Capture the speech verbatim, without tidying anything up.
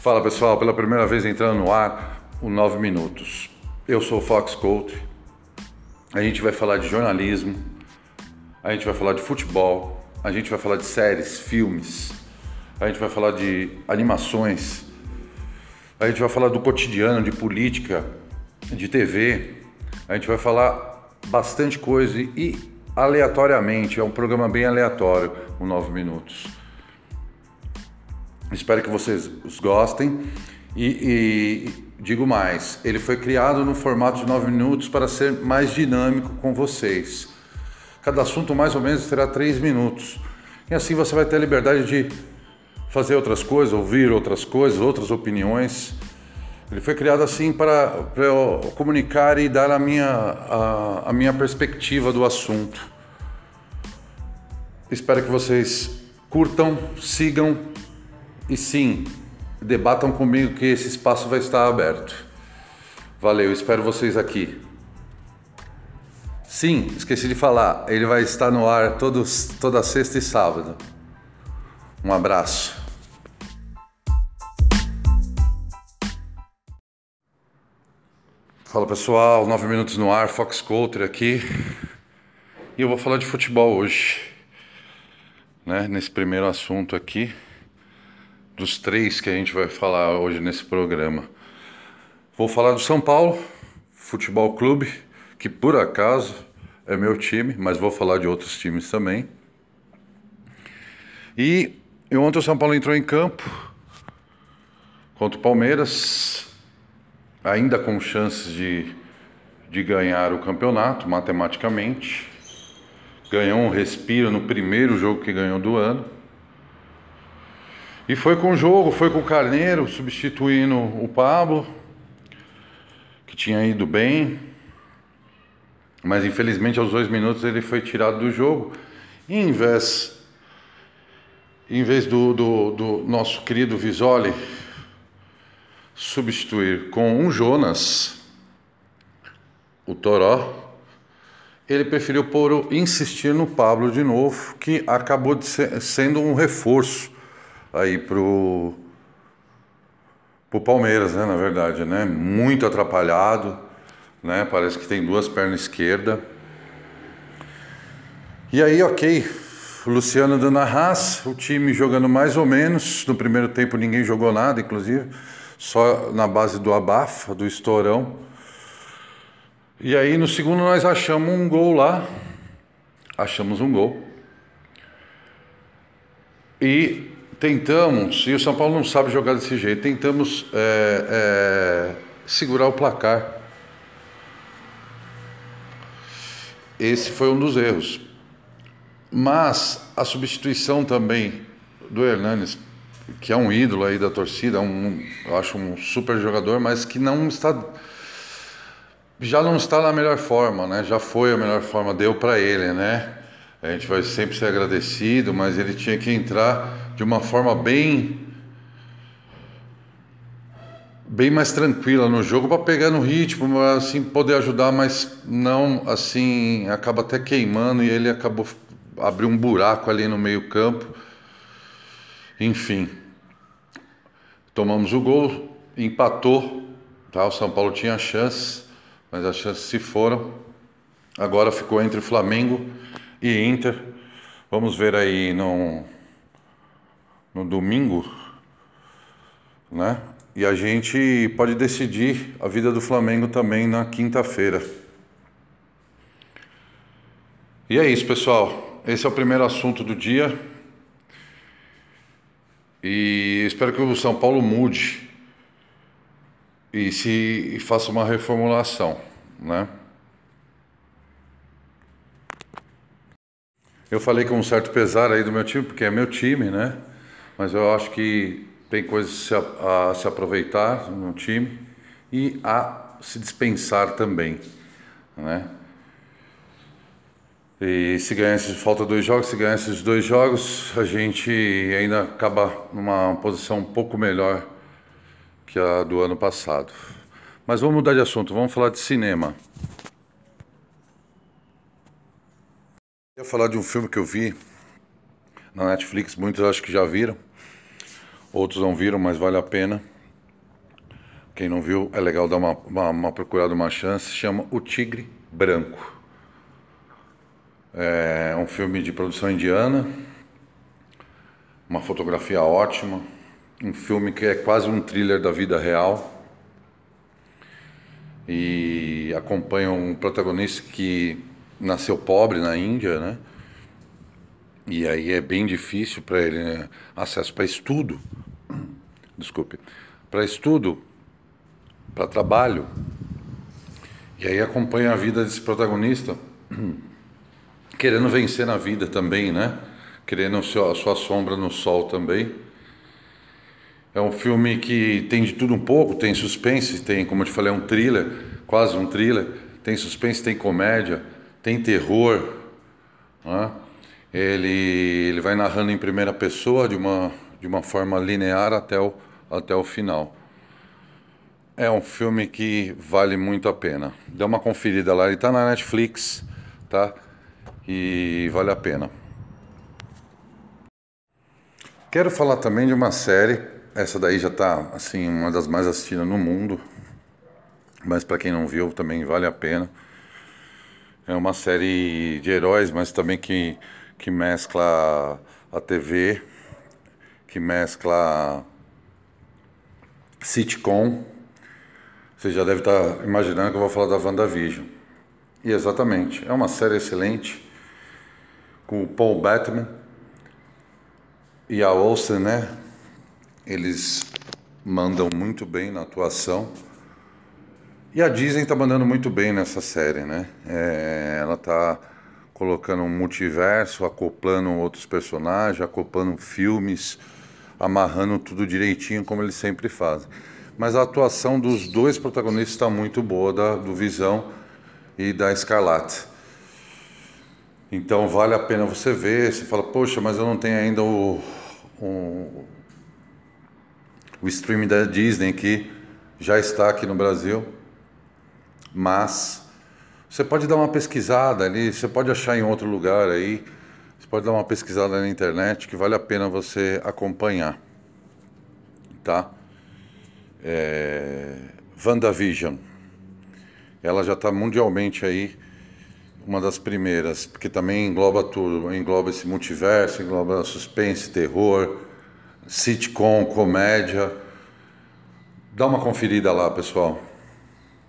Fala pessoal, pela primeira vez entrando no ar, o nove minutos. Eu sou o Fox Couto. A gente vai falar de jornalismo, a gente vai falar de futebol, a gente vai falar de séries, filmes, a gente vai falar de animações, a gente vai falar do cotidiano, de política, de T V, a gente vai falar bastante coisa e aleatoriamente, é um programa bem aleatório, o nove minutos. Espero que vocês os gostem e, e digo mais, ele foi criado no formato de nove minutos para ser mais dinâmico com vocês. Cada assunto mais ou menos terá três minutos e assim você vai ter a liberdade de fazer outras coisas, ouvir outras coisas, outras opiniões. Ele foi criado assim para, para eu comunicar e dar a minha, a, a minha perspectiva do assunto. Espero que vocês curtam, sigam e sim, debatam comigo que esse espaço vai estar aberto. Valeu, espero vocês aqui. Sim, esqueci de falar, ele vai estar no ar todos, toda sexta e sábado. Um abraço. Fala pessoal, nove minutos no ar, Fox Couto aqui. E eu vou falar de futebol hoje, né? Nesse primeiro assunto aqui, dos três que a gente vai falar hoje nesse programa. Vou falar do São Paulo Futebol Clube, que por acaso é meu time, mas vou falar de outros times também. E, e ontem o São Paulo entrou em campo contra o Palmeiras, ainda com chances de, de ganhar o campeonato, matematicamente. Ganhou um respiro no primeiro jogo que ganhou do ano. E foi com o jogo, foi com o Carneiro, substituindo o Pablo, que tinha ido bem. Mas infelizmente aos dois minutos ele foi tirado do jogo. E em vez, em vez do, do, do nosso querido Visoli substituir com um Jonas, o Toró, ele preferiu pôr, insistir no Pablo de novo, que acabou de ser, sendo um reforço aí pro, pro Palmeiras, né, na verdade, né, muito atrapalhado, né, parece que tem duas pernas esquerdas. E aí, ok, o Luciano dando a raça, o time jogando mais ou menos, no primeiro tempo ninguém jogou nada, inclusive, só na base do abafa, do estourão. E aí no segundo nós achamos um gol lá, achamos um gol. E tentamos, e o São Paulo não sabe jogar desse jeito, tentamos é, é, segurar o placar. Esse foi um dos erros. Mas a substituição também do Hernanes, que é um ídolo aí da torcida, um, eu acho um super jogador, mas que não está, já não está na melhor forma, né? Já foi a melhor forma, deu para ele, né? A gente vai sempre ser agradecido, mas ele tinha que entrar de uma forma bem bem mais tranquila no jogo para pegar no ritmo, assim, poder ajudar, mas não, assim, acaba até queimando e ele acabou abriu um buraco ali no meio-campo. Enfim, tomamos o gol, empatou, tá? O São Paulo tinha chance, mas as chances se foram. Agora ficou entre Flamengo e Inter. Vamos ver aí no, no domingo, né? E a gente pode decidir a vida do Flamengo também na quinta-feira. E é isso, pessoal. Esse é o primeiro assunto do dia. E espero que o São Paulo mude e se e faça uma reformulação, né? Eu falei com um certo pesar aí do meu time, porque é meu time, né? Mas eu acho que tem coisas a, a se aproveitar no time e a se dispensar também, né? E se ganhar esses, falta dois jogos, se ganhar esses dois jogos, a gente ainda acaba numa posição um pouco melhor que a do ano passado. Mas vamos mudar de assunto, vamos falar de cinema. Eu ia falar de um filme que eu vi na Netflix, muitos acho que já viram, outros não viram, mas vale a pena. Quem não viu, é legal dar uma, uma, uma procurada, uma chance. Chama O Tigre Branco. É um filme de produção indiana, uma fotografia ótima, um filme que é quase um thriller da vida real e acompanha um protagonista que nasceu pobre na Índia, né? E aí é bem difícil para ele, né? Acesso para estudo, desculpe, para estudo, para trabalho. E aí acompanha a vida desse protagonista querendo vencer na vida também, né? Querendo a sua sombra no sol também. É um filme que tem de tudo um pouco, tem suspense, tem, como eu te falei, é um thriller, quase um thriller, tem suspense, tem comédia, tem terror, né? Ele, ele vai narrando em primeira pessoa de uma, de uma forma linear até o, até o final. É um filme que vale muito a pena. Dá uma conferida lá, ele tá na Netflix, tá? E vale a pena. Quero falar também de uma série, essa daí já tá, assim, uma das mais assistidas no mundo, mas para quem não viu também vale a pena. É uma série de heróis, mas também que, que mescla a T V, que mescla sitcom. Você já deve estar imaginando que eu vou falar da WandaVision. E exatamente, é uma série excelente, com o Paul Bettany e a Olsen, né? Eles mandam muito bem na atuação. E a Disney tá mandando muito bem nessa série, né? É, ela tá colocando um multiverso, acoplando outros personagens, acoplando filmes, amarrando tudo direitinho como eles sempre fazem. Mas a atuação dos dois protagonistas está muito boa, da, do Visão e da Escarlate. Então vale a pena você ver. Você fala, poxa, mas eu não tenho ainda o, o, o streaming da Disney, que já está aqui no Brasil. Mas você pode dar uma pesquisada ali, você pode achar em outro lugar aí, você pode dar uma pesquisada na internet que vale a pena você acompanhar, tá? É... WandaVision, ela já está mundialmente aí, uma das primeiras, porque também engloba tudo, engloba esse multiverso, engloba suspense, terror, sitcom, comédia. Dá uma conferida lá, pessoal.